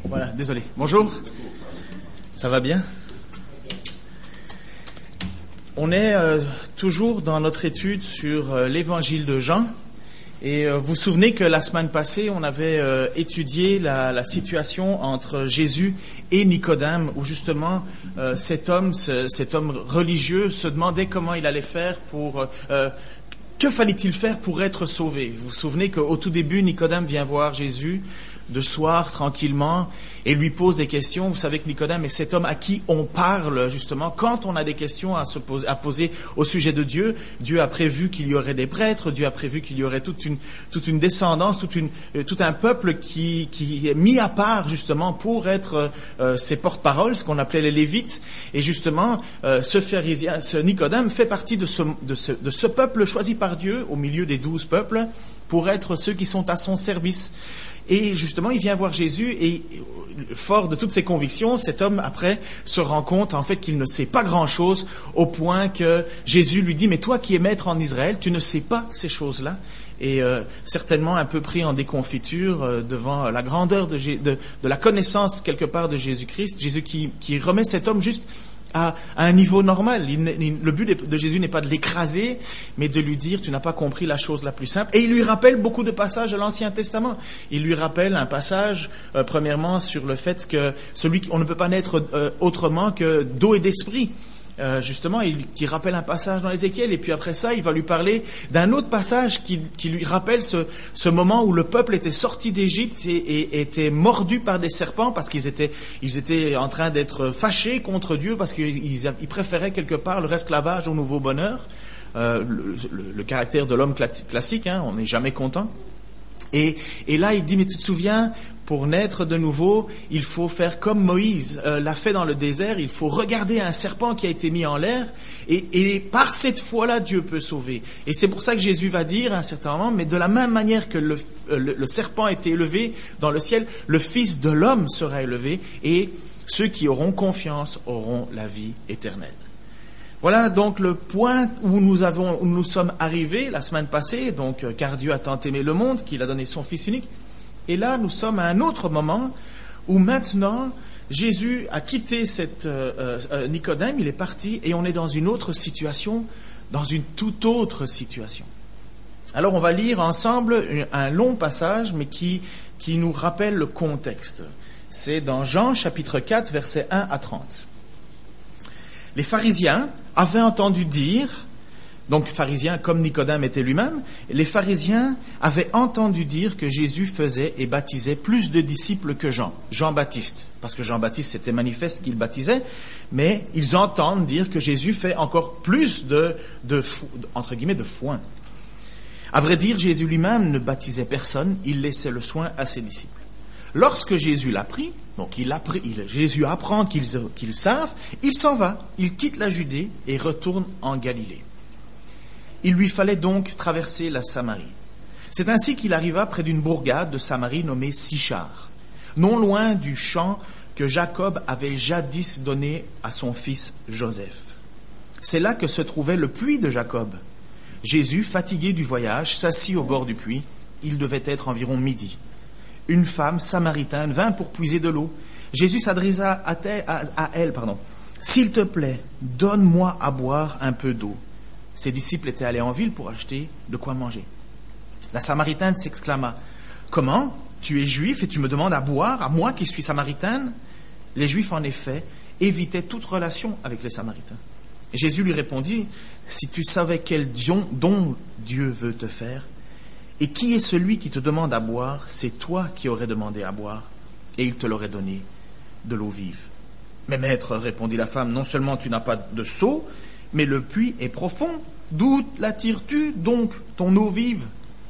Voilà, désolé. Bonjour. Ça va bien? On est toujours dans notre étude sur l'évangile de Jean. Et vous vous souvenez que la semaine passée, on avait étudié la situation entre Jésus et Nicodème, où justement cet homme religieux se demandait comment il allait faire que fallait-il faire pour être sauvé. Vous vous souvenez qu'au tout début, Nicodème vient voir Jésus de soir, tranquillement, et lui pose des questions. Vous savez que Nicodème est cet homme à qui on parle, justement, quand on a des questions à poser au sujet de Dieu. Dieu a prévu qu'il y aurait des prêtres, Dieu a prévu qu'il y aurait toute une descendance, tout un peuple qui est mis à part, justement, pour être ses porte-paroles, ce qu'on appelait les Lévites. Et justement, ce Nicodème fait partie de ce peuple choisi par Dieu, au milieu des 12 peuples, pour être ceux qui sont à son service. Et justement, il vient voir Jésus et, fort de toutes ses convictions, cet homme, après, se rend compte, en fait, qu'il ne sait pas grand-chose, au point que Jésus lui dit, mais toi qui es maître en Israël, tu ne sais pas ces choses-là. Et certainement un peu pris en déconfiture devant la grandeur de la connaissance, quelque part, de Jésus-Christ. Jésus qui remet cet homme juste à un niveau normal. Le but de Jésus n'est pas de l'écraser, mais de lui dire, tu n'as pas compris la chose la plus simple. Et il lui rappelle beaucoup de passages de l'Ancien Testament. Il lui rappelle un passage, premièrement, sur le fait que on ne peut pas naître autrement que d'eau et d'esprit. Justement, qui rappelle un passage dans Ézéchiel, et puis après ça, il va lui parler d'un autre passage qui lui rappelle ce moment où le peuple était sorti d'Égypte et était mordu par des serpents parce qu'ils étaient en train d'être fâchés contre Dieu parce qu'ils préféraient quelque part leur esclavage au nouveau bonheur. Le caractère de l'homme classique, on n'est jamais content. Et là, il dit, mais tu te souviens, pour naître de nouveau, il faut faire comme Moïse l'a fait dans le désert, il faut regarder un serpent qui a été mis en l'air, et par cette foi-là, Dieu peut sauver. Et c'est pour ça que Jésus va dire à un certain moment, mais de la même manière que le serpent a été élevé dans le ciel, le Fils de l'homme sera élevé, et ceux qui auront confiance auront la vie éternelle. Voilà donc le point où nous sommes arrivés la semaine passée, donc car Dieu a tant aimé le monde qu'il a donné son Fils unique. Et là, nous sommes à un autre moment où maintenant, Jésus a quitté Nicodème, il est parti, et on est dans une autre situation, dans une toute autre situation. Alors, on va lire ensemble un long passage, mais qui nous rappelle le contexte. C'est dans Jean, chapitre 4, versets 1 à 30. Les pharisiens avaient entendu dire, donc pharisiens comme Nicodème était lui-même, les pharisiens avaient entendu dire que Jésus faisait et baptisait plus de disciples que Jean-Baptiste, parce que Jean-Baptiste c'était manifeste qu'il baptisait, mais ils entendent dire que Jésus fait encore plus entre guillemets de foin. À vrai dire, Jésus lui-même ne baptisait personne, il laissait le soin à ses disciples. Lorsque Jésus l'apprit, Jésus apprend qu'ils savent, il s'en va, il quitte la Judée et retourne en Galilée. Il lui fallait donc traverser la Samarie. C'est ainsi qu'il arriva près d'une bourgade de Samarie nommée Sichar, non loin du champ que Jacob avait jadis donné à son fils Joseph. C'est là que se trouvait le puits de Jacob. Jésus, fatigué du voyage, s'assit au bord du puits. Il devait être environ midi. Une femme samaritaine vint pour puiser de l'eau. Jésus s'adressa à elle. « S'il te plaît, donne-moi à boire un peu d'eau. » Ses disciples étaient allés en ville pour acheter de quoi manger. La Samaritaine s'exclama, « Comment? Tu es juif et tu me demandes à boire, à moi qui suis samaritaine ?» Les Juifs, en effet, évitaient toute relation avec les Samaritains. Jésus lui répondit, « Si tu savais quel don Dieu veut te faire, et qui est celui qui te demande à boire, c'est toi qui aurais demandé à boire, et il te l'aurait donné de l'eau vive. » « Mais maître, répondit la femme, non seulement tu n'as pas de seau, mais le puits est profond. D'où la tires-tu donc ton eau vive?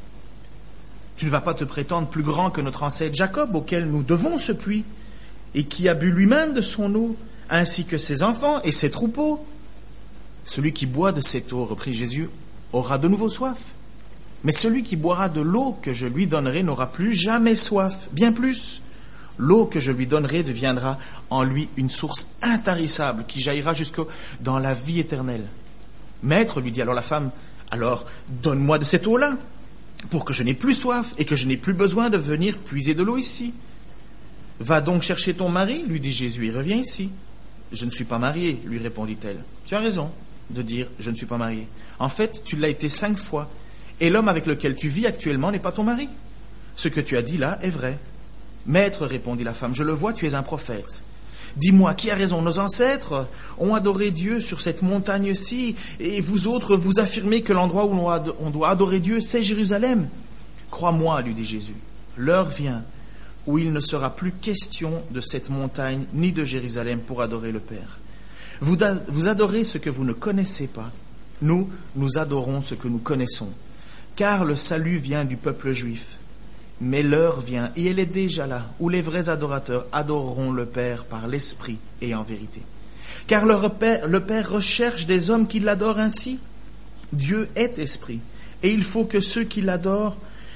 Tu ne vas pas te prétendre plus grand que notre ancêtre Jacob, auquel nous devons ce puits, et qui a bu lui-même de son eau, ainsi que ses enfants et ses troupeaux. Celui qui boit de cette eau, reprit Jésus, aura de nouveau soif. Mais celui qui boira de l'eau que je lui donnerai n'aura plus jamais soif, bien plus. L'eau que je lui donnerai deviendra en lui une source intarissable qui jaillira jusque dans la vie éternelle. Maître, lui dit alors la femme, alors donne-moi de cette eau-là, pour que je n'ai plus soif et que je n'ai plus besoin de venir puiser de l'eau ici. Va donc chercher ton mari, lui dit Jésus, et reviens ici. Je ne suis pas mariée, lui répondit-elle. Tu as raison de dire je ne suis pas mariée. En fait, tu l'as été 5 fois, et l'homme avec lequel tu vis actuellement n'est pas ton mari. Ce que tu as dit là est vrai. Maître, répondit la femme, je le vois, tu es un prophète. Dis-moi, qui a raison? Nos ancêtres ont adoré Dieu sur cette montagne-ci, et vous autres, vous affirmez que l'endroit où on doit adorer Dieu, c'est Jérusalem. Crois-moi, lui dit Jésus, l'heure vient où il ne sera plus question de cette montagne ni de Jérusalem pour adorer le Père. Vous adorez ce que vous ne connaissez pas. Nous adorons ce que nous connaissons. Car le salut vient du peuple juif. Mais l'heure vient, et elle est déjà là, où les vrais adorateurs adoreront le Père par l'Esprit et en vérité. Car le Père recherche des hommes qui l'adorent ainsi. Dieu est Esprit, et il faut que ceux qui l'adorent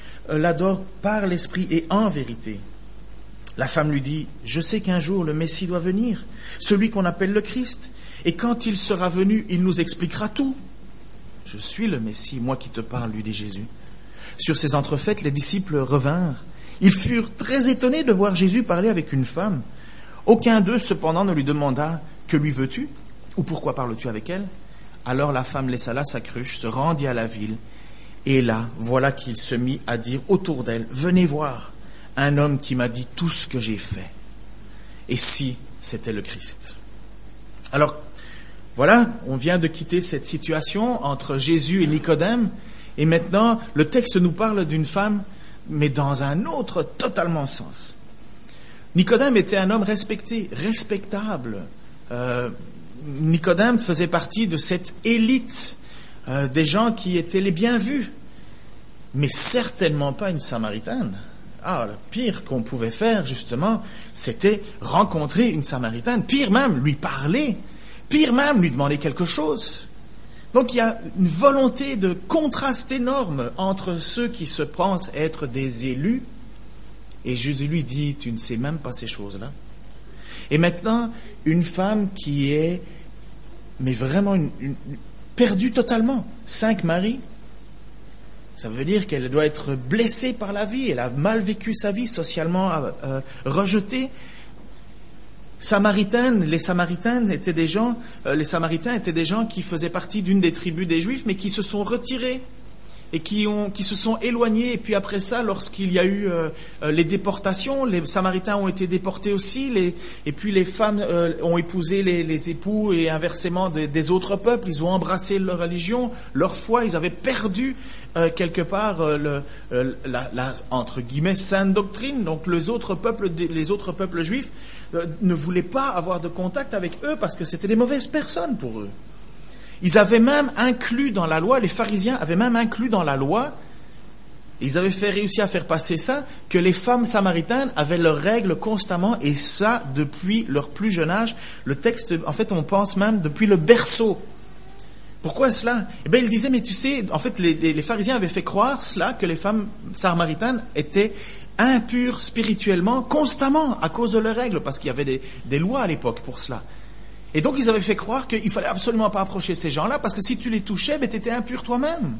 par l'Esprit et en vérité. La femme lui dit, je sais qu'un jour le Messie doit venir, celui qu'on appelle le Christ, et quand il sera venu, il nous expliquera tout. Je suis le Messie, moi qui te parle, lui dit Jésus. Sur ces entrefaites, les disciples revinrent. Ils furent très étonnés de voir Jésus parler avec une femme. Aucun d'eux, cependant, ne lui demanda « Que lui veux-tu » ou « Pourquoi parles-tu avec elle ?» Alors la femme laissa là sa cruche, se rendit à la ville, et là, voilà qu'il se mit à dire autour d'elle « Venez voir, un homme qui m'a dit tout ce que j'ai fait. » Et si c'était le Christ. Alors, voilà, on vient de quitter cette situation entre Jésus et Nicodème, et maintenant, le texte nous parle d'une femme, mais dans un autre totalement sens. Nicodème était un homme respecté, respectable. Nicodème faisait partie de cette élite des gens qui étaient les bien vus, mais certainement pas une Samaritaine. Ah, le pire qu'on pouvait faire, justement, c'était rencontrer une Samaritaine, pire même, lui parler, pire même, lui demander quelque chose. Donc il y a une volonté de contraste énorme entre ceux qui se pensent être des élus, et Jésus lui dit, tu ne sais même pas ces choses-là. Et maintenant, une femme qui est, mais vraiment perdue totalement. 5 maris, ça veut dire qu'elle doit être blessée par la vie, elle a mal vécu sa vie, socialement rejetée. Les Samaritains étaient des gens qui faisaient partie d'une des tribus des Juifs, mais qui se sont retirés et qui se sont éloignés. Et puis après ça, lorsqu'il y a eu les déportations, les Samaritains ont été déportés aussi, et puis les femmes ont épousé les époux et inversement des autres peuples. Ils ont embrassé leur religion, leur foi. Ils avaient perdu quelque part la entre guillemets sainte doctrine. Donc les autres peuples juifs ne voulaient pas avoir de contact avec eux parce que c'était des mauvaises personnes pour eux. Ils avaient même inclus dans la loi, les pharisiens avaient même inclus dans la loi, ils avaient réussi à faire passer ça, que les femmes samaritaines avaient leurs règles constamment, et ça depuis leur plus jeune âge. Le texte, en fait, on pense même depuis le berceau. Pourquoi cela? Eh bien, il disait, mais tu sais, en fait, les pharisiens avaient fait croire cela, que les femmes samaritaines étaient impures spirituellement, constamment, à cause de leurs règles, parce qu'il y avait des lois à l'époque pour cela. Et donc, ils avaient fait croire qu'il fallait absolument pas approcher ces gens-là, parce que si tu les touchais, tu étais impur toi-même.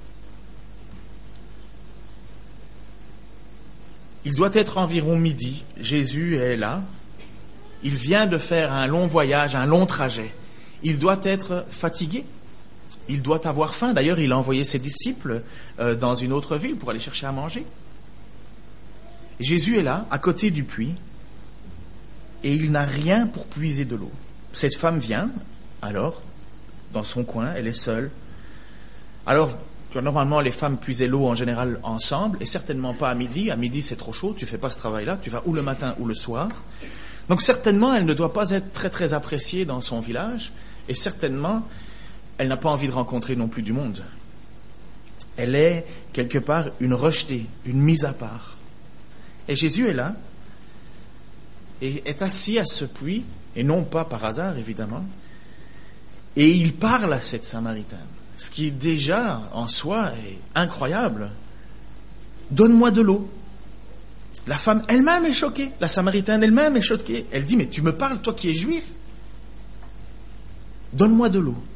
Il doit être environ midi. Jésus est là. Il vient de faire un long voyage, un long trajet. Il doit être fatigué. Il doit avoir faim. D'ailleurs, il a envoyé ses disciples dans une autre ville pour aller chercher à manger. Jésus est là, à côté du puits, et il n'a rien pour puiser de l'eau. Cette femme vient, alors, dans son coin, elle est seule. Alors, normalement, les femmes puisaient l'eau en général ensemble, et certainement pas à midi. À midi, c'est trop chaud, tu fais pas ce travail-là, tu vas ou le matin ou le soir. Donc, certainement, elle ne doit pas être très, très appréciée dans son village, et certainement, elle n'a pas envie de rencontrer non plus du monde. Elle est, quelque part, une rejetée, une mise à part. Et Jésus est là, et est assis à ce puits, et non pas par hasard, évidemment, et il parle à cette Samaritaine, ce qui déjà, en soi, est incroyable. Donne-moi de l'eau. La femme elle-même est choquée, la Samaritaine elle-même est choquée. Elle dit, mais tu me parles, toi qui es juif? Donne-moi de l'eau.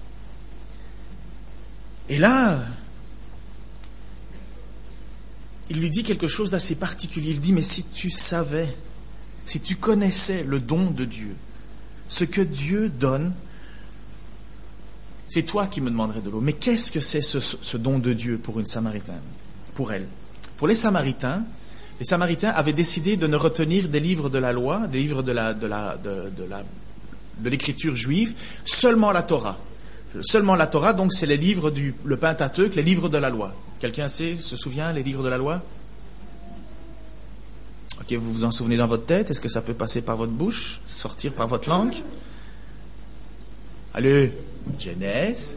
Et là, il lui dit quelque chose d'assez particulier. Il dit, mais si tu savais, si tu connaissais le don de Dieu, ce que Dieu donne, c'est toi qui me demanderais de l'eau. Mais qu'est-ce que c'est ce don de Dieu pour une Samaritaine, pour elle? Pour les Samaritains avaient décidé de ne retenir des livres de la loi, des livres de l'écriture juive, seulement la Torah. Seulement la Torah, donc c'est les livres le Pentateuque, les livres de la loi. Quelqu'un se souvient, les livres de la loi? Ok, vous vous en souvenez dans votre tête? Est-ce que ça peut passer par votre bouche, sortir par votre langue? Allez, Genèse.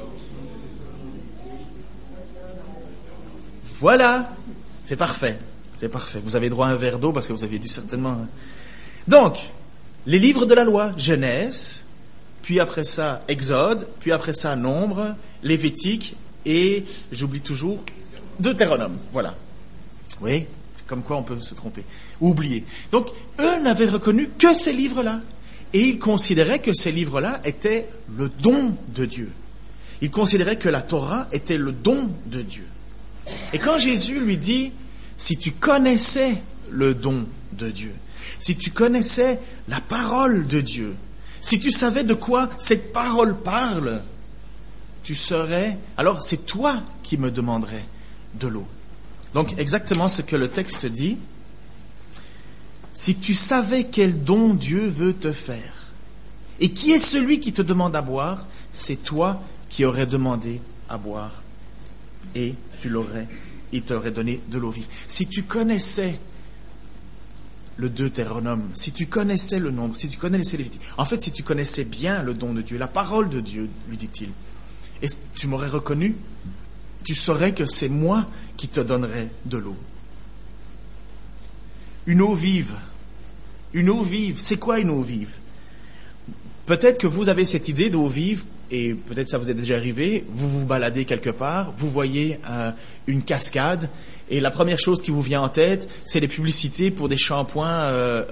Voilà, c'est parfait. C'est parfait. Vous avez droit à un verre d'eau parce que vous aviez dû certainement... Donc, les livres de la loi, Genèse, puis après ça, Exode, puis après ça, Nombre, Lévitique, et, j'oublie toujours, Deutéronome. Voilà. Oui, c'est comme quoi on peut se tromper. Ou oublier. Donc, eux n'avaient reconnu que ces livres-là. Et ils considéraient que ces livres-là étaient le don de Dieu. Ils considéraient que la Torah était le don de Dieu. Et quand Jésus lui dit, si tu connaissais le don de Dieu, si tu connaissais la parole de Dieu, si tu savais de quoi cette parole parle, tu serais... Alors c'est toi qui me demanderais de l'eau. Donc exactement ce que le texte dit. Si tu savais quel don Dieu veut te faire, et qui est celui qui te demande à boire, c'est toi qui aurais demandé à boire, et il t'aurait donné de l'eau vive. Si tu connaissais le Deutéronome, si tu connaissais le Nombre, si tu connaissais Lévitique, en fait, si tu connaissais bien le don de Dieu, la parole de Dieu, lui dit-il, et tu m'aurais reconnu, tu saurais que c'est moi qui te donnerai de l'eau. Une eau vive. Une eau vive. C'est quoi une eau vive? Peut-être que vous avez cette idée d'eau vive, et peut-être ça vous est déjà arrivé, vous vous baladez quelque part, vous voyez une cascade, et la première chose qui vous vient en tête, c'est les publicités pour des shampoings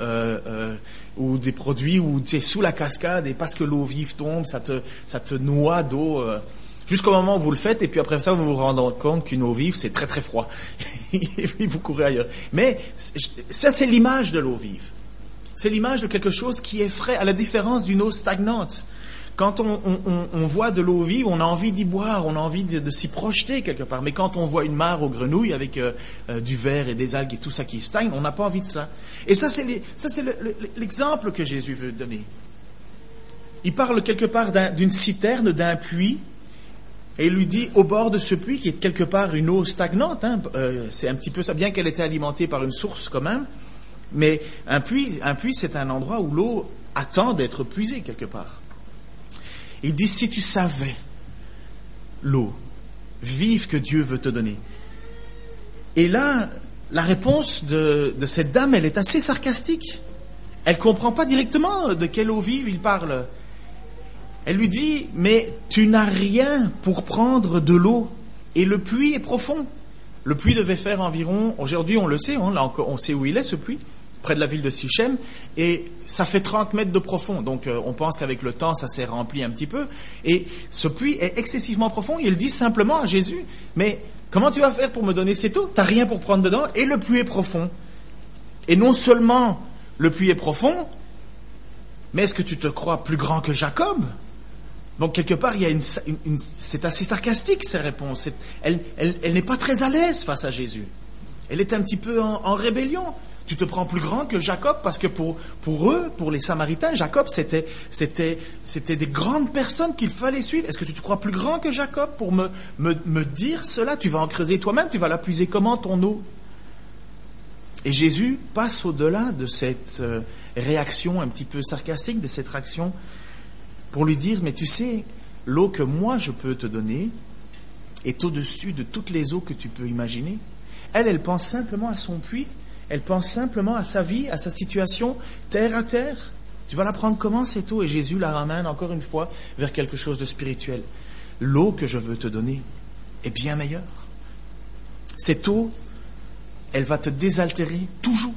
ou des produits où tu es sous la cascade, et parce que l'eau vive tombe, ça te noie d'eau... jusqu'au moment où vous le faites, et puis après ça, vous vous rendez compte qu'une eau vive, c'est très très froid. Et puis vous courez ailleurs. Mais ça, c'est l'image de l'eau vive. C'est l'image de quelque chose qui est frais, à la différence d'une eau stagnante. Quand on voit de l'eau vive, on a envie d'y boire, on a envie de s'y projeter quelque part. Mais quand on voit une mare aux grenouilles avec du verre et des algues et tout ça qui stagne, on n'a pas envie de ça. Et ça, c'est l'exemple que Jésus veut donner. Il parle quelque part d'une citerne, d'un puits, et il lui dit, au bord de ce puits, qui est quelque part une eau stagnante, c'est un petit peu ça, bien qu'elle était alimentée par une source quand même, mais un puits, c'est un endroit où l'eau attend d'être puisée quelque part. Il dit, si tu savais l'eau vive que Dieu veut te donner. Et là, la réponse de cette dame, elle est assez sarcastique. Elle ne comprend pas directement de quelle eau vive il parle. Elle lui dit, mais tu n'as rien pour prendre de l'eau, et le puits est profond. Le puits devait faire environ, aujourd'hui on le sait, on sait où il est ce puits, près de la ville de Sichem, et ça fait 30 mètres de profond. Donc on pense qu'avec le temps ça s'est rempli un petit peu, et ce puits est excessivement profond. Il dit simplement à Jésus, mais comment tu vas faire pour me donner cette eau? Tu n'as rien pour prendre dedans, et le puits est profond. Et non seulement le puits est profond, mais est-ce que tu te crois plus grand que Jacob? Donc, quelque part, il y a c'est assez sarcastique, ces réponses. Elle n'est pas très à l'aise face à Jésus. Elle est un petit peu en rébellion. Tu te prends plus grand que Jacob, parce que pour eux, pour les Samaritains, Jacob, c'était des grandes personnes qu'il fallait suivre. Est-ce que tu te crois plus grand que Jacob pour me dire cela? Tu vas en creuser toi-même, tu vas la puiser comment, ton eau? Et Jésus passe au-delà de cette réaction un petit peu sarcastique, de cette réaction, pour lui dire, mais tu sais, l'eau que moi je peux te donner est au-dessus de toutes les eaux que tu peux imaginer. Elle pense simplement à son puits, elle pense simplement à sa vie, à sa situation, terre à terre. Tu vas la prendre comment cette eau? Et Jésus la ramène encore une fois vers quelque chose de spirituel. L'eau que je veux te donner est bien meilleure. Cette eau, elle va te désaltérer toujours.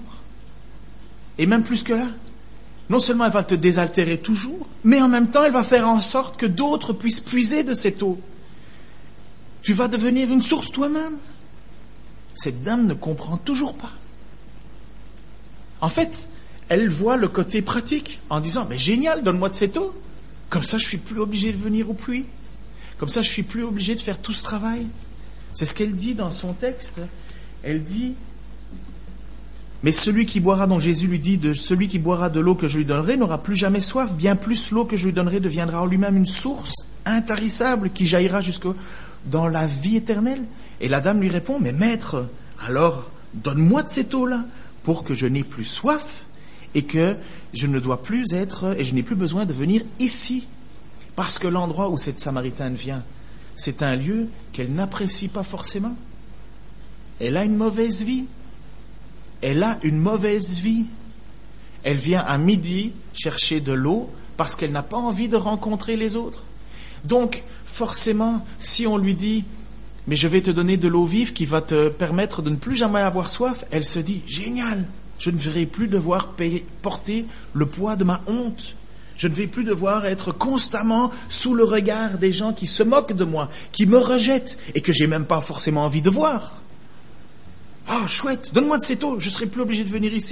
Et même plus que là. Non seulement elle va te désaltérer toujours, mais en même temps, elle va faire en sorte que d'autres puissent puiser de cette eau. Tu vas devenir une source toi-même. cette dame ne comprend toujours pas. En fait, elle voit le côté pratique en disant « Mais génial, donne-moi de cette eau. Comme ça, je suis plus obligé de venir au puits. Comme ça, je suis plus obligé de faire tout ce travail. » C'est ce qu'elle dit dans son texte. Elle dit « Mais celui qui boira, dont Jésus lui dit, de celui qui boira de l'eau que je lui donnerai n'aura plus jamais soif. Bien plus, l'eau que je lui donnerai deviendra en lui-même une source intarissable qui jaillira jusque dans la vie éternelle. » Et la dame lui répond « Mais maître, alors donne-moi de cette eau-là pour que je n'ai plus soif et que je ne dois plus être et je n'ai plus besoin de venir ici. » Parce que l'endroit où cette Samaritaine vient, c'est un lieu qu'elle n'apprécie pas forcément. Elle a une mauvaise vie. Elle a une mauvaise vie. Elle vient à midi chercher de l'eau parce qu'elle n'a pas envie de rencontrer les autres. Donc, forcément, si on lui dit « Mais je vais te donner de l'eau vive qui va te permettre de ne plus jamais avoir soif », elle se dit « Génial, je ne vais plus devoir porter le poids de ma honte. Je ne vais plus devoir être constamment sous le regard des gens qui se moquent de moi, qui me rejettent et que j'ai même pas forcément envie de voir. Ah, chouette, donne-moi de cette eau, je serai plus obligé de venir ici. »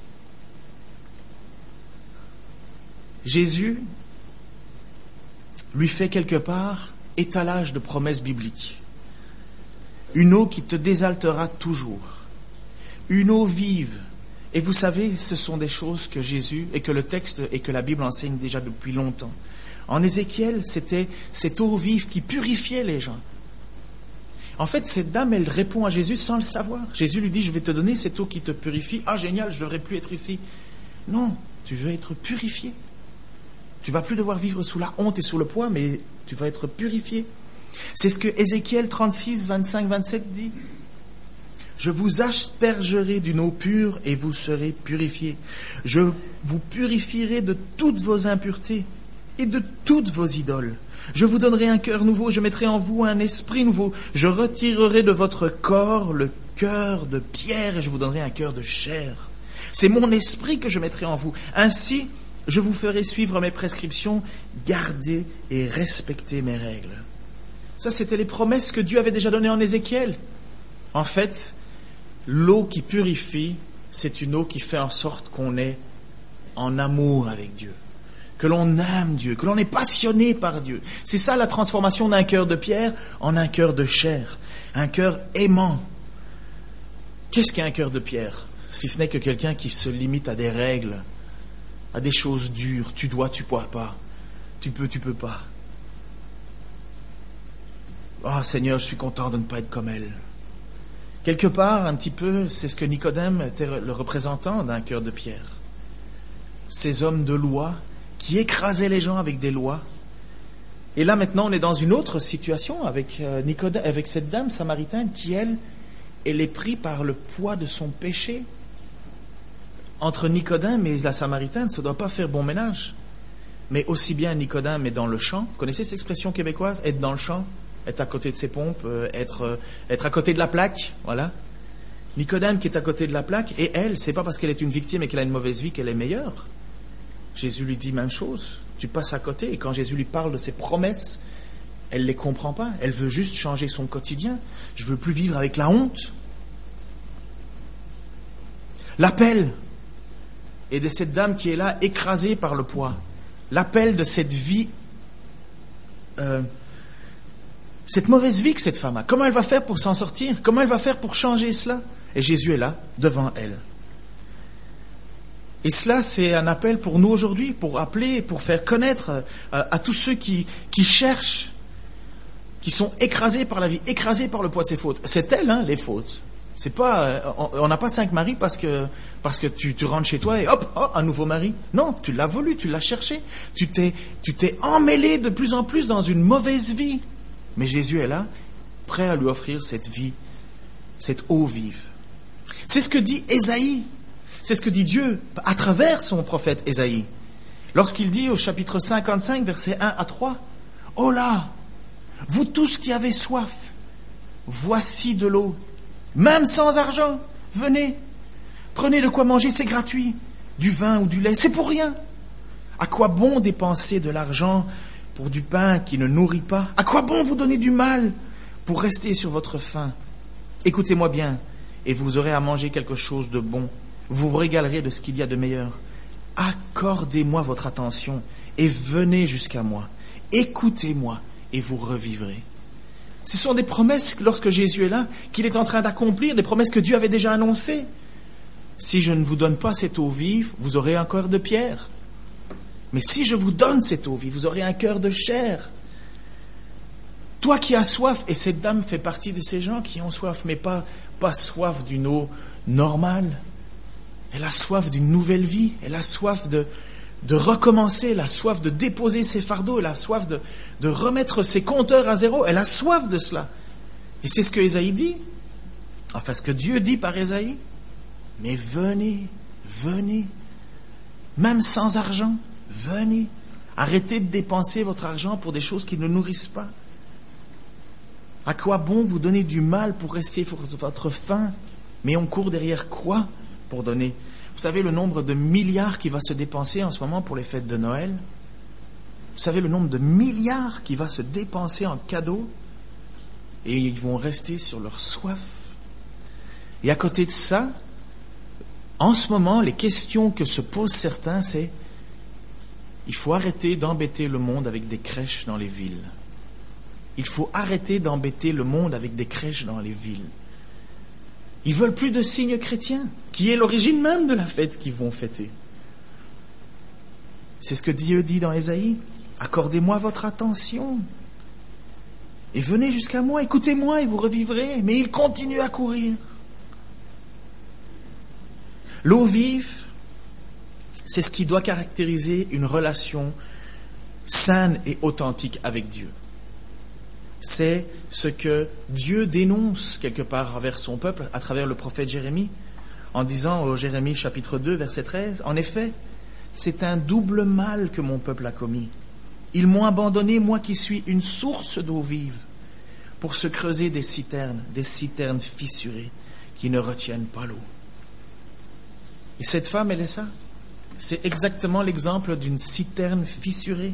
Jésus lui fait quelque part étalage de promesses bibliques. Une eau qui te désaltera toujours. Une eau vive. Et vous savez, ce sont des choses que Jésus et que le texte et que la Bible enseignent déjà depuis longtemps. En Ézéchiel, c'était cette eau vive qui purifiait les gens. En fait, cette dame, elle répond à Jésus sans le savoir. Jésus lui dit, je vais te donner cette eau qui te purifie. Ah, génial, je ne devrais plus être ici. Non, tu veux être purifié. Tu vas plus devoir vivre sous la honte et sous le poids, mais tu vas être purifié. C'est ce que Ézéchiel 36, 25, 27 dit. Je vous aspergerai d'une eau pure et vous serez purifiés. Je vous purifierai de toutes vos impuretés et de toutes vos idoles. Je vous donnerai un cœur nouveau, je mettrai en vous un esprit nouveau. Je retirerai de votre corps le cœur de pierre et je vous donnerai un cœur de chair. C'est mon esprit que je mettrai en vous. Ainsi, je vous ferai suivre mes prescriptions, garder et respecter mes règles. Ça, c'était les promesses que Dieu avait déjà données en Ézéchiel. En fait, l'eau qui purifie, c'est une eau qui fait en sorte qu'on est en amour avec Dieu, que l'on aime Dieu, que l'on est passionné par Dieu. C'est ça la transformation d'un cœur de pierre en un cœur de chair, un cœur aimant. Qu'est-ce qu'un cœur de pierre? Si ce n'est que quelqu'un qui se limite à des règles, à des choses dures. Tu dois, tu pourras pas. Tu peux pas. Ah, Seigneur, je suis content de ne pas être comme elle. Quelque part, un petit peu, c'est ce que Nicodème était le représentant d'un cœur de pierre. Ces hommes de loi qui écrasaient les gens avec des lois. Et là, maintenant, on est dans une autre situation avec Nicodème, avec cette dame samaritaine qui, elle est prise par le poids de son péché. Entre Nicodème et la Samaritaine, ça ne doit pas faire bon ménage. Mais aussi bien Nicodème est dans le champ. Vous connaissez cette expression québécoise? Être dans le champ, être à côté de ses pompes, être à côté de la plaque, voilà. Nicodème qui est à côté de la plaque, et elle, c'est pas parce qu'elle est une victime et qu'elle a une mauvaise vie qu'elle est meilleure. Jésus lui dit même chose. Tu passes à côté, et quand Jésus lui parle de ses promesses, elle ne les comprend pas. Elle veut juste changer son quotidien. Je veux plus vivre avec la honte. L'appel et de cette dame qui est là, écrasée par le poids. L'appel de cette vie, cette mauvaise vie que cette femme a. Comment elle va faire pour s'en sortir? Comment elle va faire pour changer cela? Et Jésus est là, devant elle. Et cela, c'est un appel pour nous aujourd'hui, pour appeler, pour faire connaître à tous ceux qui cherchent, qui sont écrasés par la vie, écrasés par le poids de ses fautes. C'est elles, les fautes. C'est pas, on n'a pas 5 maris parce que tu rentres chez toi et hop, un nouveau mari. Non, tu l'as voulu, tu l'as cherché. Tu t'es emmêlé de plus en plus dans une mauvaise vie. Mais Jésus est là, prêt à lui offrir cette vie, cette eau vive. C'est ce que dit Ésaïe. C'est ce que dit Dieu à travers son prophète Ésaïe. Lorsqu'il dit au chapitre 55, versets 1 à 3, « Oh là, vous tous qui avez soif, voici de l'eau. Même sans argent, venez, prenez de quoi manger, c'est gratuit. Du vin ou du lait, c'est pour rien. À quoi bon dépenser de l'argent pour du pain qui ne nourrit pas? À quoi bon vous donner du mal pour rester sur votre faim? Écoutez-moi bien, et vous aurez à manger quelque chose de bon. Vous vous régalerez de ce qu'il y a de meilleur. Accordez-moi votre attention et venez jusqu'à moi. Écoutez-moi et vous revivrez. Ce sont des promesses, lorsque Jésus est là, qu'il est en train d'accomplir, des promesses que Dieu avait déjà annoncées. Si je ne vous donne pas cette eau vive, vous aurez un cœur de pierre. Mais si je vous donne cette eau vive, vous aurez un cœur de chair. Toi qui as soif, et cette dame fait partie de ces gens qui ont soif, mais pas soif d'une eau normale. Elle a soif d'une nouvelle vie, elle a soif de recommencer, elle a soif de déposer ses fardeaux, elle a soif de remettre ses compteurs à zéro, elle a soif de cela. Et c'est ce que Ésaïe dit, enfin ce que Dieu dit par Ésaïe. Mais venez, venez, même sans argent, venez. Arrêtez de dépenser votre argent pour des choses qui ne nourrissent pas. À quoi bon vous donner du mal pour rester sur votre faim? Mais on court derrière quoi pour donner? Vous savez le nombre de milliards qui va se dépenser en ce moment pour les fêtes de Noël? Vous savez le nombre de milliards qui va se dépenser en cadeaux? Et ils vont rester sur leur soif. Et à côté de ça, en ce moment, les questions que se posent certains, c'est il faut arrêter d'embêter le monde avec des crèches dans les villes. Il faut arrêter d'embêter le monde avec des crèches dans les villes. Ils veulent plus de signes chrétiens, qui est l'origine même de la fête qu'ils vont fêter. C'est ce que Dieu dit dans Ésaïe. Accordez-moi votre attention. Et venez jusqu'à moi, écoutez-moi et vous revivrez. Mais ils continuent à courir. L'eau vive, c'est ce qui doit caractériser une relation saine et authentique avec Dieu. C'est ce que Dieu dénonce quelque part envers son peuple à travers le prophète Jérémie, en disant au Jérémie chapitre 2 verset 13, « En effet, c'est un double mal que mon peuple a commis. Ils m'ont abandonné, moi qui suis une source d'eau vive, pour se creuser des citernes fissurées qui ne retiennent pas l'eau. » Et cette femme, elle est ça. C'est exactement l'exemple d'une citerne fissurée.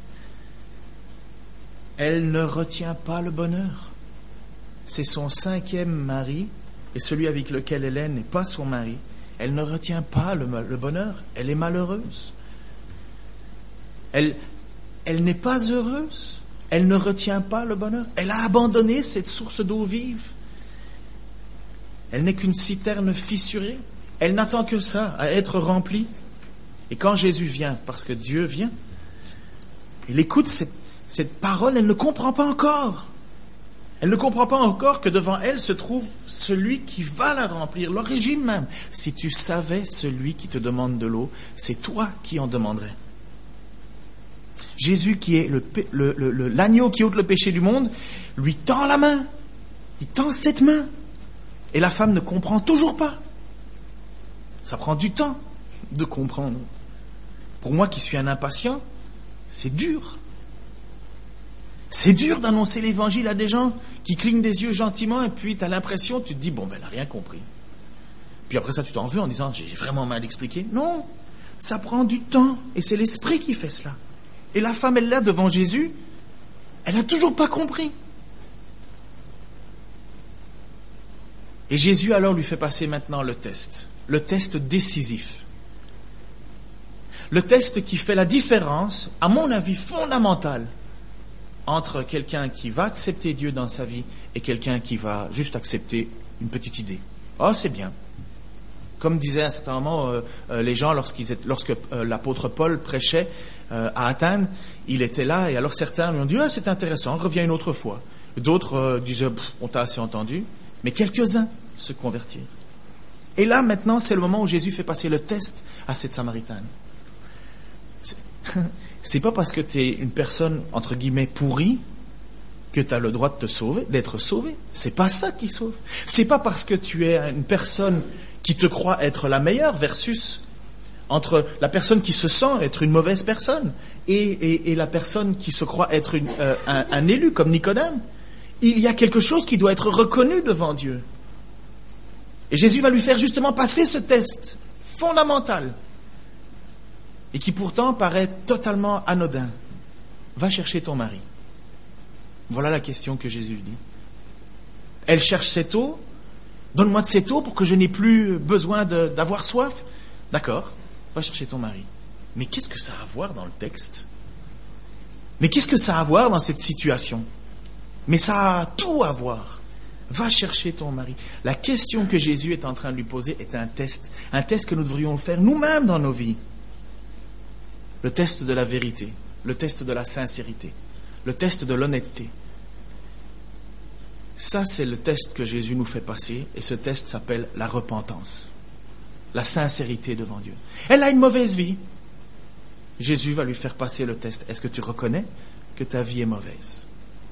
Elle ne retient pas le bonheur. C'est son 5e mari, et celui avec lequel elle est n'est pas son mari. Elle ne retient pas le bonheur. Elle est malheureuse. Elle n'est pas heureuse. Elle ne retient pas le bonheur. Elle a abandonné cette source d'eau vive. Elle n'est qu'une citerne fissurée. Elle n'attend que ça, à être remplie. Et quand Jésus vient, parce que Dieu vient, il écoute cette parole, elle ne comprend pas encore. Elle ne comprend pas encore que devant elle se trouve celui qui va la remplir, l'origine même. Si tu savais celui qui te demande de l'eau, c'est toi qui en demanderais. Jésus, qui est l'agneau qui ôte le péché du monde, lui tend la main. Il tend cette main. Et la femme ne comprend toujours pas. Ça prend du temps de comprendre. Pour moi qui suis un impatient, c'est dur. C'est dur d'annoncer l'évangile à des gens qui clignent des yeux gentiment et puis tu as l'impression, tu te dis, bon, ben, elle n'a rien compris. Puis après ça, tu t'en veux en disant, j'ai vraiment mal expliqué. Non, ça prend du temps et c'est l'esprit qui fait cela. Et la femme, elle est là devant Jésus, elle n'a toujours pas compris. Et Jésus alors lui fait passer maintenant le test décisif. Le test qui fait la différence, à mon avis fondamentale, entre quelqu'un qui va accepter Dieu dans sa vie et quelqu'un qui va juste accepter une petite idée. Oh, c'est bien. Comme disaient à un certain moment les gens lorsque l'apôtre Paul prêchait à Athènes, il était là et alors certains lui ont dit « Ah, c'est intéressant, reviens une autre fois ». D'autres disaient « On t'a assez entendu ». Mais quelques-uns se convertirent. Et là, maintenant, c'est le moment où Jésus fait passer le test à cette Samaritaine. C'est pas parce que tu es une personne, entre guillemets, pourrie, que tu as le droit de te sauver, d'être sauvé. C'est pas ça qui sauve. C'est pas parce que tu es une personne qui te croit être la meilleure versus entre la personne qui se sent être une mauvaise personne et la personne qui se croit être un élu comme Nicodème. Il y a quelque chose qui doit être reconnu devant Dieu. Et Jésus va lui faire justement passer ce test fondamental et qui pourtant paraît totalement anodin. Va chercher ton mari. Voilà la question que Jésus dit. Elle cherche cette eau, Donne-moi de cette eau pour que je n'ai plus besoin d'avoir soif. D'accord, va chercher ton mari. Mais qu'est-ce que ça a à voir dans le texte? Mais qu'est-ce que ça a à voir dans cette situation? Mais ça a tout à voir. Va chercher ton mari. La question que Jésus est en train de lui poser est un test que nous devrions faire nous-mêmes dans nos vies. Le test de la vérité, le test de la sincérité, le test de l'honnêteté. Ça, c'est le test que Jésus nous fait passer, et ce test s'appelle la repentance, la sincérité devant Dieu. Elle a une mauvaise vie. Jésus va lui faire passer le test. Est-ce que tu reconnais que ta vie est mauvaise?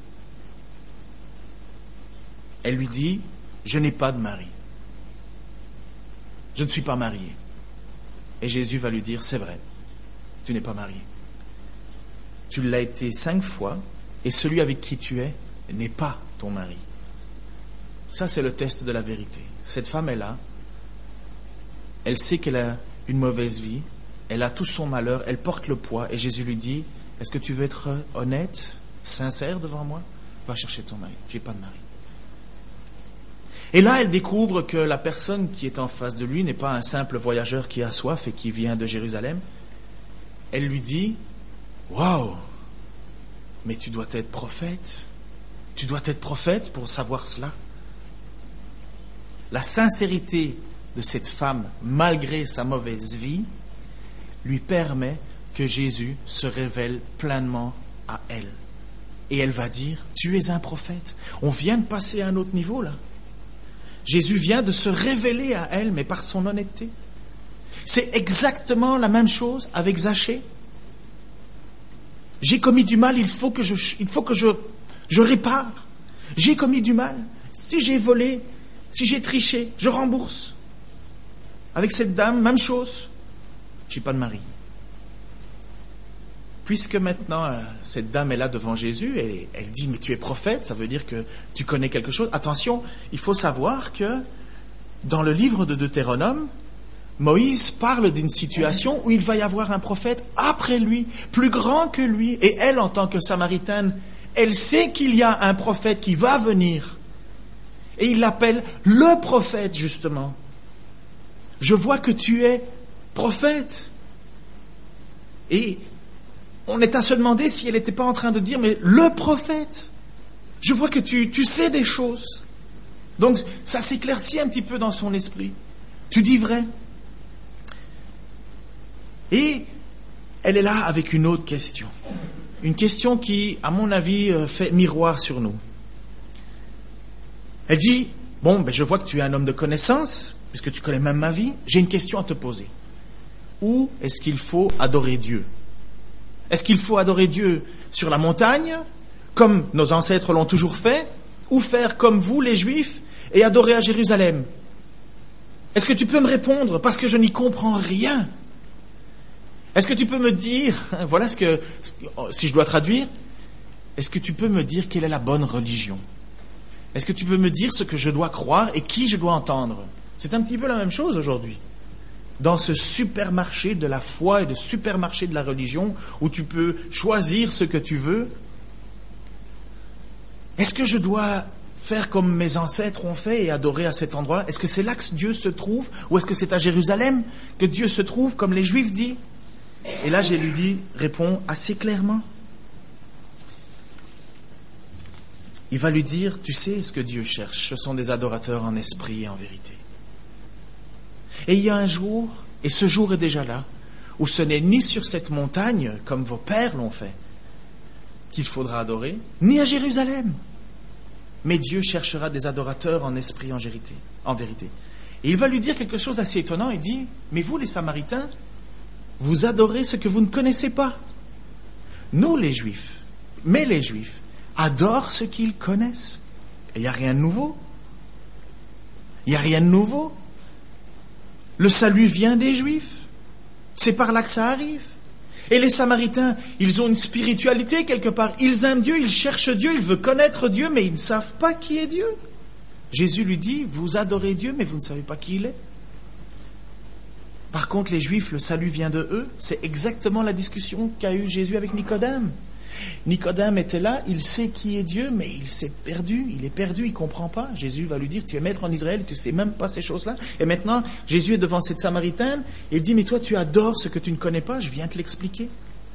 Elle lui dit, je n'ai pas de mari. Je ne suis pas mariée. Et Jésus va lui dire, c'est vrai, tu n'es pas mariée. Tu l'as été 5 fois, et celui avec qui tu es n'est pas ton mari. Ça, c'est le test de la vérité. Cette femme est là. Elle sait qu'elle a une mauvaise vie. Elle a tout son malheur. Elle porte le poids. Et Jésus lui dit, est-ce que tu veux être honnête, sincère devant moi? Va chercher ton mari. J'ai pas de mari. Et là, elle découvre que la personne qui est en face de lui n'est pas un simple voyageur qui a soif et qui vient de Jérusalem. Elle lui dit, waouh, mais tu dois être prophète. Tu dois être prophète pour savoir cela. La sincérité de cette femme, malgré sa mauvaise vie, lui permet que Jésus se révèle pleinement à elle. Et elle va dire, tu es un prophète. On vient de passer à un autre niveau là. Jésus vient de se révéler à elle, mais par son honnêteté. C'est exactement la même chose avec Zachée. J'ai commis du mal, il faut que je répare. J'ai commis du mal. Si j'ai volé, si j'ai triché, je rembourse. Avec cette dame, même chose. Je n'ai pas de mari. Puisque maintenant, cette dame est là devant Jésus et elle dit, mais tu es prophète, ça veut dire que tu connais quelque chose. Attention, il faut savoir que dans le livre de Deutéronome, Moïse parle d'une situation où il va y avoir un prophète après lui, plus grand que lui. Et elle, en tant que Samaritaine, elle sait qu'il y a un prophète qui va venir. Et il l'appelle le prophète, justement. Je vois que tu es prophète. Et on est à se demander si elle n'était pas en train de dire, mais le prophète, je vois que tu sais des choses. Donc ça s'éclaircit un petit peu dans son esprit. Tu dis vrai. Et elle est là avec une autre question. Une question qui, à mon avis, fait miroir sur nous. Elle dit, bon, je vois que tu es un homme de connaissance, puisque tu connais même ma vie. J'ai une question à te poser. Où est-ce qu'il faut adorer Dieu? Est-ce qu'il faut adorer Dieu sur la montagne, comme nos ancêtres l'ont toujours fait, ou faire comme vous, les Juifs, et adorer à Jérusalem? Est-ce que tu peux me répondre, parce que je n'y comprends rien? Est-ce que tu peux me dire, voilà si je dois traduire, est-ce que tu peux me dire quelle est la bonne religion? Est-ce que tu peux me dire ce que je dois croire et qui je dois entendre? C'est un petit peu la même chose aujourd'hui. Dans ce supermarché de la foi et de supermarché de la religion, où tu peux choisir ce que tu veux, est-ce que je dois faire comme mes ancêtres ont fait et adorer à cet endroit-là? Est-ce que c'est là que Dieu se trouve? Ou est-ce que c'est à Jérusalem que Dieu se trouve, comme les Juifs disent? Et là, je lui réponds assez clairement. Il va lui dire, tu sais ce que Dieu cherche, ce sont des adorateurs en esprit et en vérité. Et il y a un jour, et ce jour est déjà là, où ce n'est ni sur cette montagne, comme vos pères l'ont fait, qu'il faudra adorer, ni à Jérusalem. Mais Dieu cherchera des adorateurs en esprit et en vérité. Et il va lui dire quelque chose d'assez étonnant, il dit, mais vous les Samaritains, vous adorez ce que vous ne connaissez pas. Nous les Juifs, adorent ce qu'ils connaissent. Et il n'y a rien de nouveau. Il n'y a rien de nouveau. Le salut vient des Juifs. C'est par là que ça arrive. Et les Samaritains, ils ont une spiritualité quelque part. Ils aiment Dieu, ils cherchent Dieu, ils veulent connaître Dieu, mais ils ne savent pas qui est Dieu. Jésus lui dit, vous adorez Dieu, mais vous ne savez pas qui il est. Par contre, les Juifs, le salut vient de eux. C'est exactement la discussion qu'a eue Jésus avec Nicodème. Nicodème était là, il sait qui est Dieu, mais il s'est perdu, il comprend pas. Jésus va lui dire, tu es maître en Israël, et tu sais même pas ces choses-là. Et maintenant, Jésus est devant cette Samaritaine, et il dit, mais toi tu adores ce que tu ne connais pas, je viens te l'expliquer.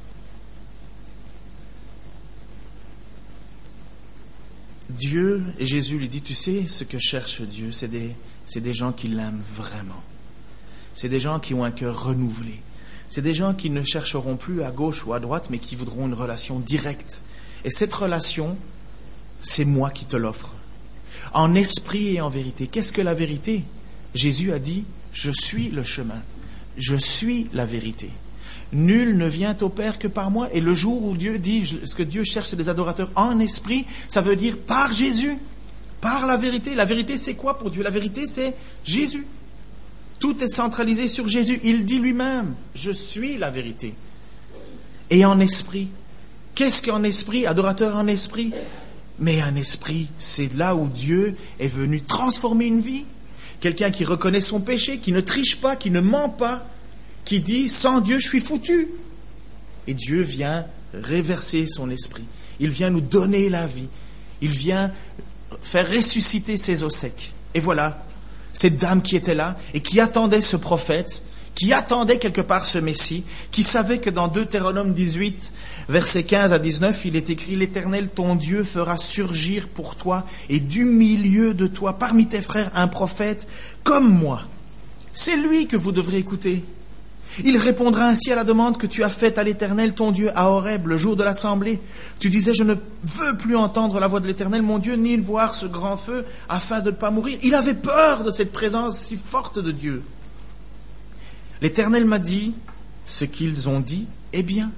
Dieu, et Jésus lui dit, tu sais ce que cherche Dieu, c'est des gens qui l'aiment vraiment. C'est des gens qui ont un cœur renouvelé. C'est des gens qui ne chercheront plus à gauche ou à droite, mais qui voudront une relation directe. Et cette relation, c'est moi qui te l'offre. En esprit et en vérité. Qu'est-ce que la vérité? Jésus a dit, je suis le chemin. Je suis la vérité. Nul ne vient au Père que par moi. Et le jour où Dieu dit, ce que Dieu cherche, c'est des adorateurs en esprit, ça veut dire par Jésus, par la vérité. La vérité, c'est quoi pour Dieu? La vérité, c'est Jésus. Tout est centralisé sur Jésus. Il dit lui-même, je suis la vérité. Et en esprit. Qu'est-ce qu'en esprit? Adorateur en esprit. Mais un esprit, c'est là où Dieu est venu transformer une vie. Quelqu'un qui reconnaît son péché, qui ne triche pas, qui ne ment pas, qui dit, sans Dieu, je suis foutu. Et Dieu vient réverser son esprit. Il vient nous donner la vie. Il vient faire ressusciter ses os secs. Et voilà. Cette dame qui était là et qui attendait ce prophète, qui attendait quelque part ce Messie, qui savait que dans Deutéronome 18, versets 15 à 19, il est écrit « L'Éternel, ton Dieu, fera surgir pour toi et du milieu de toi, parmi tes frères, un prophète comme moi. C'est lui que vous devrez écouter. Il répondra ainsi à la demande que tu as faite à l'Éternel, ton Dieu, à Horeb, le jour de l'assemblée. Tu disais, je ne veux plus entendre la voix de l'Éternel, mon Dieu, ni voir ce grand feu, afin de ne pas mourir. Il avait peur de cette présence si forte de Dieu. L'Éternel m'a dit, ce qu'ils ont dit est bien.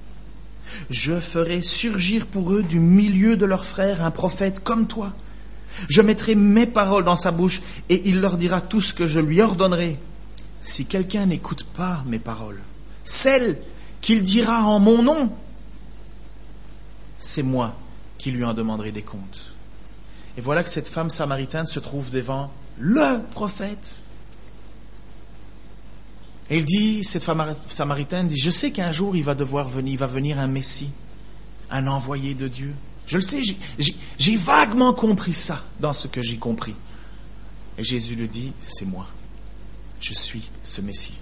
Je ferai surgir pour eux du milieu de leurs frères un prophète comme toi. Je mettrai mes paroles dans sa bouche et il leur dira tout ce que je lui ordonnerai. Si quelqu'un n'écoute pas mes paroles, celles qu'il dira en mon nom, c'est moi qui lui en demanderai des comptes. Et voilà que cette femme samaritaine se trouve devant le prophète. Et il dit, cette femme samaritaine dit, je sais qu'un jour il va venir un Messie, un envoyé de Dieu. Je le sais, j'ai vaguement compris ça dans ce que j'ai compris. Et Jésus le dit, c'est moi. Je suis ce Messie.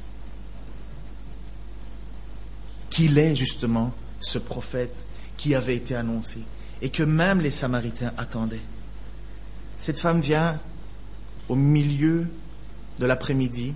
Qu'il est justement ce prophète qui avait été annoncé et que même les Samaritains attendaient. Cette femme vient au milieu de l'après-midi,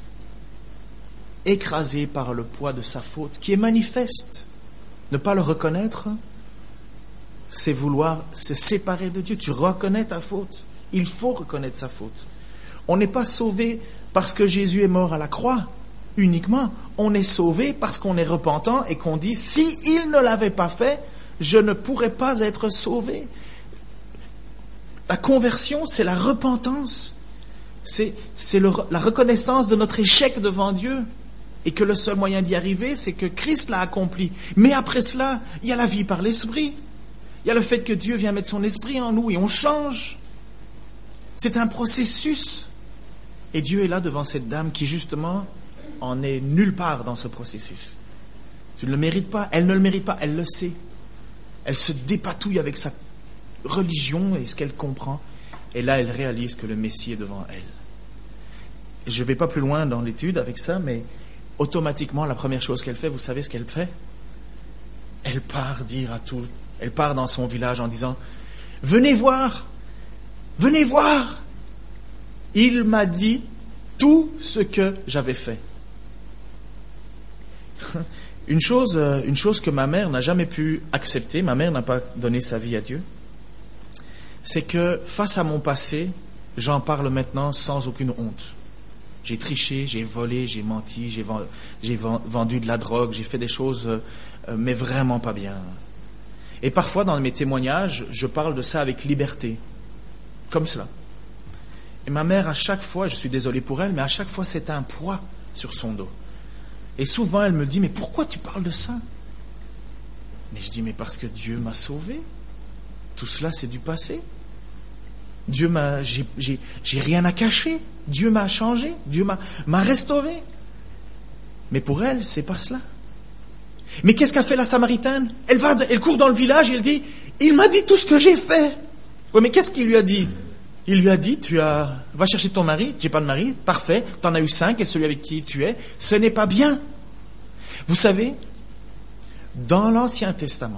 écrasée par le poids de sa faute, qui est manifeste. Ne pas le reconnaître, c'est vouloir se séparer de Dieu. Tu reconnais ta faute. Il faut reconnaître sa faute. On n'est pas sauvé parce que Jésus est mort à la croix uniquement. On est sauvé parce qu'on est repentant et qu'on dit, si il ne l'avait pas fait, je ne pourrais pas être sauvé. La conversion, c'est la repentance. C'est la reconnaissance de notre échec devant Dieu. Et que le seul moyen d'y arriver, c'est que Christ l'a accompli. Mais après cela, il y a la vie par l'esprit. Il y a le fait que Dieu vient mettre son esprit en nous et on change. C'est un processus. Et Dieu est là devant cette dame qui, justement, en est nulle part dans ce processus. Tu ne le mérites pas, elle ne le mérite pas, elle le sait. Elle se dépatouille avec sa religion et ce qu'elle comprend. Et là, elle réalise que le Messie est devant elle. Et je ne vais pas plus loin dans l'étude avec ça, mais automatiquement, la première chose qu'elle fait, vous savez ce qu'elle fait? Elle part dire à tout, elle part dans son village en disant, venez voir, il m'a dit tout ce que j'avais fait. Une chose que ma mère n'a jamais pu accepter, ma mère n'a pas donné sa vie à Dieu, c'est que face à mon passé, j'en parle maintenant sans aucune honte. J'ai triché, j'ai volé, j'ai menti, j'ai vendu de la drogue, j'ai fait des choses, mais vraiment pas bien. Et parfois, dans mes témoignages, je parle de ça avec liberté, comme cela. Et ma mère, à chaque fois, je suis désolé pour elle, mais à chaque fois, c'est un poids sur son dos. Et souvent, elle me dit, mais pourquoi tu parles de ça? Mais je dis, mais parce que Dieu m'a sauvé. Tout cela, c'est du passé. J'ai rien à cacher. Dieu m'a changé. Dieu m'a restauré. Mais pour elle, c'est pas cela. Mais qu'est-ce qu'a fait la Samaritaine? Elle court dans le village et elle dit, il m'a dit tout ce que j'ai fait. Oui, mais qu'est-ce qu'il lui a dit? Il lui a dit, va chercher ton mari. J'ai pas de mari. Parfait. T'en as eu 5 et celui avec qui tu es, ce n'est pas bien. Vous savez, dans l'Ancien Testament,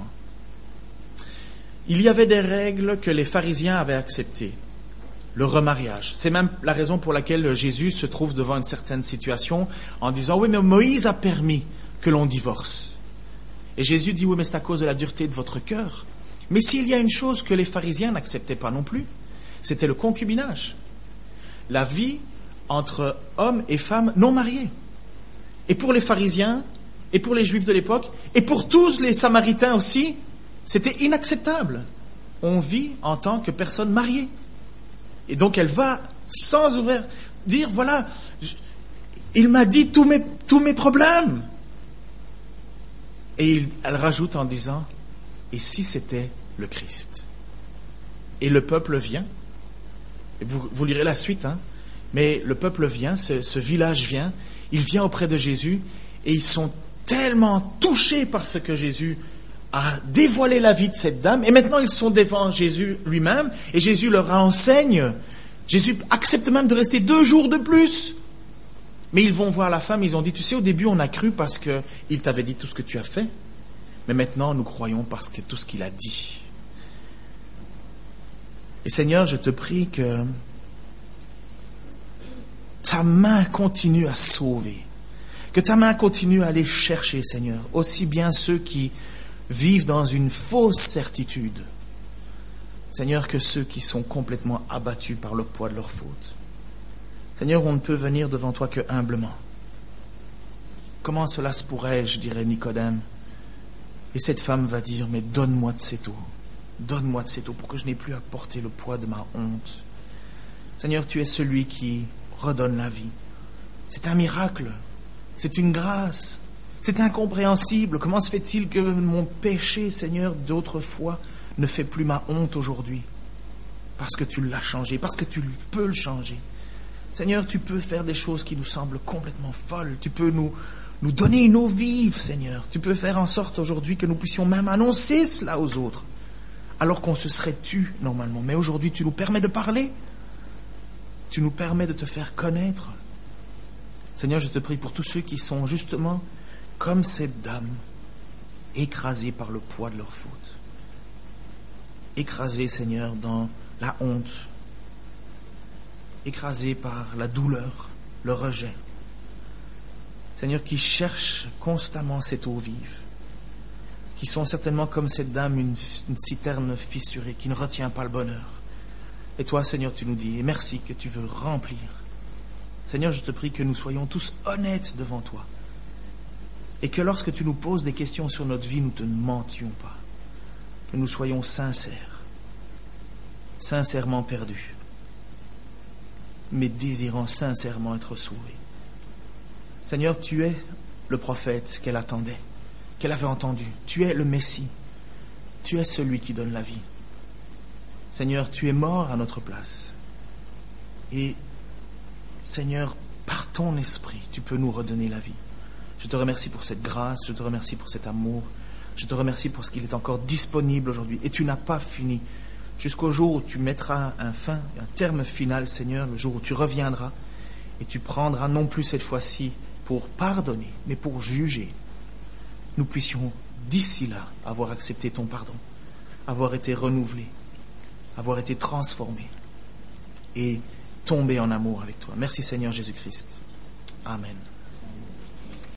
il y avait des règles que les pharisiens avaient acceptées. Le remariage. C'est même la raison pour laquelle Jésus se trouve devant une certaine situation en disant, oui, mais Moïse a permis que l'on divorce. Et Jésus dit, oui, mais c'est à cause de la dureté de votre cœur. Mais s'il y a une chose que les pharisiens n'acceptaient pas non plus, c'était le concubinage. La vie entre hommes et femmes non mariés. Et pour les pharisiens, et pour les juifs de l'époque, et pour tous les samaritains aussi, c'était inacceptable. On vit en tant que personne mariée. Et donc elle va, sans ouvrir, dire, voilà, il m'a dit tous mes problèmes. Et elle rajoute en disant, et si c'était le Christ? Et le peuple vient. Et vous lirez la suite, hein. Mais le peuple vient, ce village vient, il vient auprès de Jésus, et ils sont tellement touchés par ce que Jésus a dévoilé la vie de cette dame, et maintenant ils sont devant Jésus lui-même, et Jésus leur enseigne. Jésus accepte même de rester 2 jours de plus. Mais ils vont voir la femme, ils ont dit, tu sais, au début on a cru parce qu'il t'avait dit tout ce que tu as fait, mais maintenant nous croyons parce que tout ce qu'il a dit. Et Seigneur, je te prie que ta main continue à sauver, que ta main continue à aller chercher, Seigneur, aussi bien ceux qui vivent dans une fausse certitude, Seigneur, que ceux qui sont complètement abattus par le poids de leurs fautes. Seigneur, on ne peut venir devant toi que humblement. Comment cela se pourrait, je dirais Nicodème. Et cette femme va dire, mais donne-moi de cette eau. Donne-moi de cette eau pour que je n'ai plus à porter le poids de ma honte. Seigneur, tu es celui qui redonne la vie. C'est un miracle. C'est une grâce. C'est incompréhensible. Comment se fait-il que mon péché, Seigneur, d'autrefois, ne fait plus ma honte aujourd'hui? Parce que tu l'as changé, parce que tu peux le changer. Seigneur, tu peux faire des choses qui nous semblent complètement folles. Tu peux nous donner une eau vive, Seigneur. Tu peux faire en sorte aujourd'hui que nous puissions même annoncer cela aux autres, alors qu'on se serait tu normalement. Mais aujourd'hui, tu nous permets de parler. Tu nous permets de te faire connaître. Seigneur, je te prie pour tous ceux qui sont justement comme cette dame, écrasés par le poids de leurs fautes. Écrasés, Seigneur, dans la honte. Écrasés par la douleur, le rejet. Seigneur, qui cherchent constamment cette eau vive, qui sont certainement comme cette dame, une citerne fissurée, qui ne retient pas le bonheur. Et toi, Seigneur, tu nous dis, et merci que tu veux remplir. Seigneur, je te prie que nous soyons tous honnêtes devant toi, et que lorsque tu nous poses des questions sur notre vie, nous ne te mentions pas, que nous soyons sincères, sincèrement perdus, mais désirant sincèrement être sauvés. Seigneur, tu es le prophète qu'elle attendait, qu'elle avait entendu. Tu es le Messie. Tu es celui qui donne la vie. Seigneur, tu es mort à notre place. Et Seigneur, par ton esprit, tu peux nous redonner la vie. Je te remercie pour cette grâce, je te remercie pour cet amour, je te remercie pour ce qu'il est encore disponible aujourd'hui. Et tu n'as pas fini. Jusqu'au jour où tu mettras un terme final, Seigneur, le jour où tu reviendras et tu prendras non plus cette fois-ci pour pardonner, mais pour juger. Nous puissions d'ici là avoir accepté ton pardon, avoir été renouvelés, avoir été transformés et tomber en amour avec toi. Merci Seigneur Jésus-Christ. Amen.